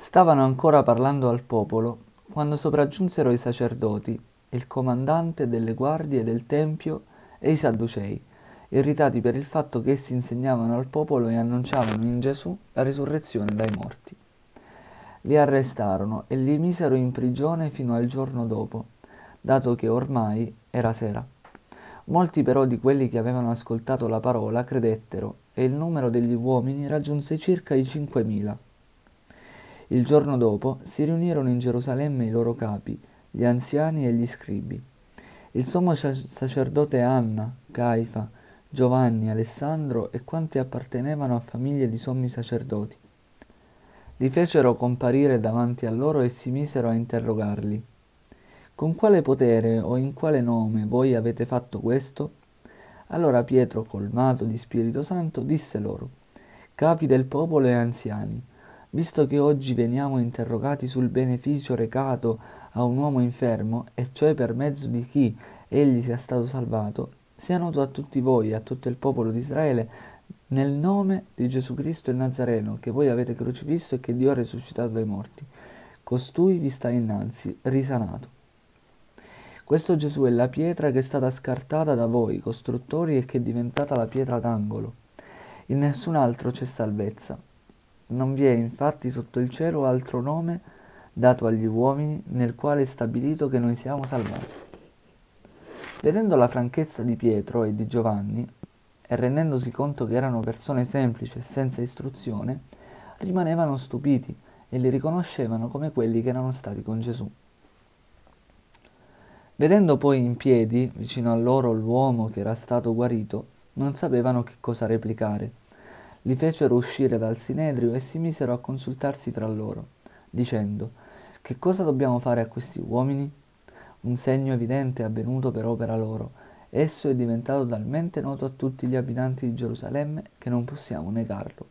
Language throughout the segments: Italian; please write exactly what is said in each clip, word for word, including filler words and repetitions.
Stavano ancora parlando al popolo, quando sopraggiunsero i sacerdoti, il comandante delle guardie del Tempio e i Sadducei, irritati per il fatto che essi insegnavano al popolo e annunciavano in Gesù la risurrezione dai morti. Li arrestarono e li misero in prigione fino al giorno dopo, dato che ormai era sera. Molti però di quelli che avevano ascoltato la parola credettero, e il numero degli uomini raggiunse circa i cinquemila. Il giorno dopo si riunirono in Gerusalemme i loro capi, gli anziani e gli scribi, il sommo sacerdote Anna, Caifa, Giovanni, Alessandro e quanti appartenevano a famiglie di sommi sacerdoti. Li fecero comparire davanti a loro e si misero a interrogarli. Con quale potere o in quale nome voi avete fatto questo? Allora Pietro, colmato di Spirito Santo, disse loro: Capi del popolo e anziani, visto che oggi veniamo interrogati sul beneficio recato a un uomo infermo, e cioè per mezzo di chi egli sia stato salvato, sia noto a tutti voi e a tutto il popolo di Israele, nel nome di Gesù Cristo il Nazareno, che voi avete crocifisso e che Dio ha risuscitato dai morti. Costui vi sta innanzi, risanato. Questo Gesù è la pietra che è stata scartata da voi, costruttori, e che è diventata la pietra d'angolo. In nessun altro c'è salvezza. Non vi è infatti sotto il cielo altro nome dato agli uomini nel quale è stabilito che noi siamo salvati. Vedendo la franchezza di Pietro e di Giovanni, e rendendosi conto che erano persone semplici e senza istruzione, rimanevano stupiti e li riconoscevano come quelli che erano stati con Gesù. Vedendo poi in piedi, vicino a loro, l'uomo che era stato guarito, non sapevano che cosa replicare. Li fecero uscire dal sinedrio e si misero a consultarsi fra loro, dicendo: Che cosa dobbiamo fare a questi uomini? Un segno evidente è avvenuto per opera loro. Esso è diventato talmente noto a tutti gli abitanti di Gerusalemme che non possiamo negarlo.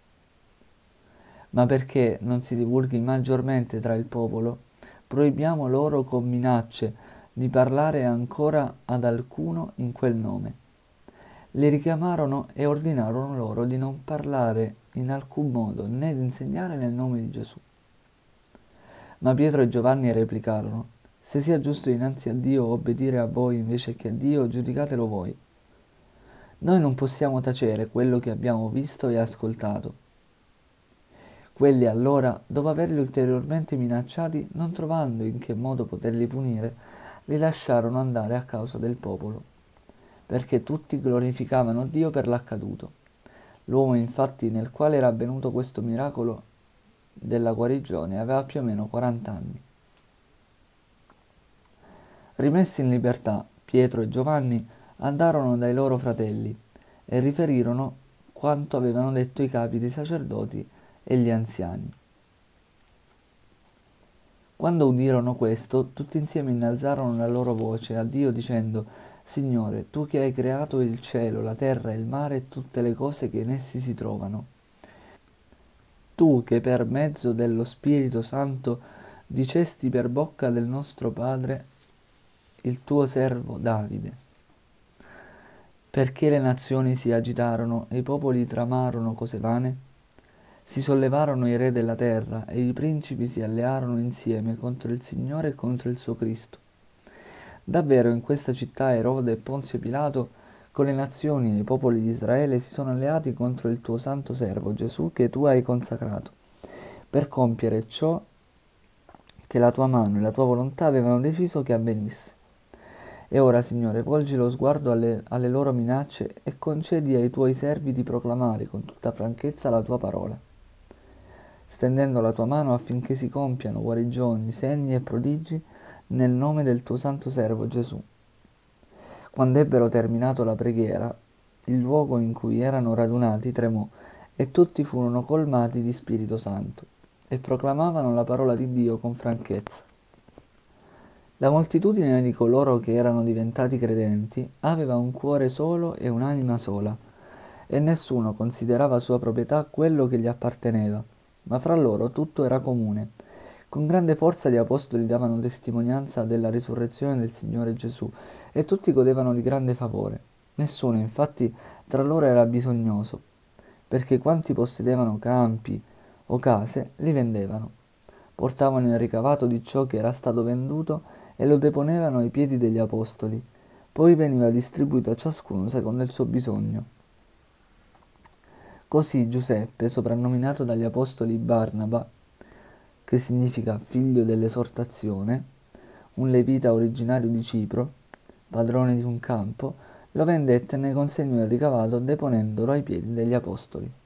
Ma perché non si divulghi maggiormente tra il popolo, proibiamo loro con minacce di parlare ancora ad alcuno in quel nome. Li richiamarono e ordinarono loro di non parlare in alcun modo né di insegnare nel nome di Gesù. Ma Pietro e Giovanni replicarono: Se sia giusto innanzi a Dio obbedire a voi invece che a Dio, giudicatelo voi. Noi non possiamo tacere quello che abbiamo visto e ascoltato. Quelli allora, dopo averli ulteriormente minacciati, non trovando in che modo poterli punire, li lasciarono andare a causa del popolo, perché tutti glorificavano Dio per l'accaduto. L'uomo infatti nel quale era avvenuto questo miracolo della guarigione aveva più o meno quaranta anni. Rimessi in libertà, Pietro e Giovanni andarono dai loro fratelli e riferirono quanto avevano detto i capi dei sacerdoti e gli anziani. Quando udirono questo, tutti insieme innalzarono la loro voce a Dio dicendo: Signore, tu che hai creato il cielo, la terra, il mare e tutte le cose che in essi si trovano, tu che per mezzo dello Spirito Santo dicesti per bocca del nostro Padre, il tuo servo Davide, perché le nazioni si agitarono e i popoli tramarono cose vane? Si sollevarono i re della terra e i principi si allearono insieme contro il Signore e contro il suo Cristo. Davvero in questa città Erode e Ponzio Pilato con le nazioni e i popoli di Israele si sono alleati contro il tuo santo servo Gesù che tu hai consacrato, per compiere ciò che la tua mano e la tua volontà avevano deciso che avvenisse. E ora, Signore, volgi lo sguardo alle, alle loro minacce e concedi ai tuoi servi di proclamare con tutta franchezza la tua parola, stendendo la tua mano affinché si compiano guarigioni, segni e prodigi nel nome del tuo santo servo Gesù. Quando ebbero terminato la preghiera, il luogo in cui erano radunati tremò e tutti furono colmati di Spirito Santo e proclamavano la parola di Dio con franchezza. La moltitudine di coloro che erano diventati credenti aveva un cuore solo e un'anima sola, e nessuno considerava sua proprietà quello che gli apparteneva, ma fra loro tutto era comune. Con grande forza gli apostoli davano testimonianza della risurrezione del Signore Gesù, e tutti godevano di grande favore. Nessuno, infatti, tra loro era bisognoso, perché quanti possedevano campi o case li vendevano portavano il ricavato di ciò che era stato venduto e lo deponevano ai piedi degli apostoli. Poi veniva distribuito a ciascuno secondo il suo bisogno. Così Giuseppe, soprannominato dagli apostoli Barnaba, che significa figlio dell'esortazione, un levita originario di Cipro, padrone di un campo, lo vendette e ne consegnò il ricavato deponendolo ai piedi degli apostoli.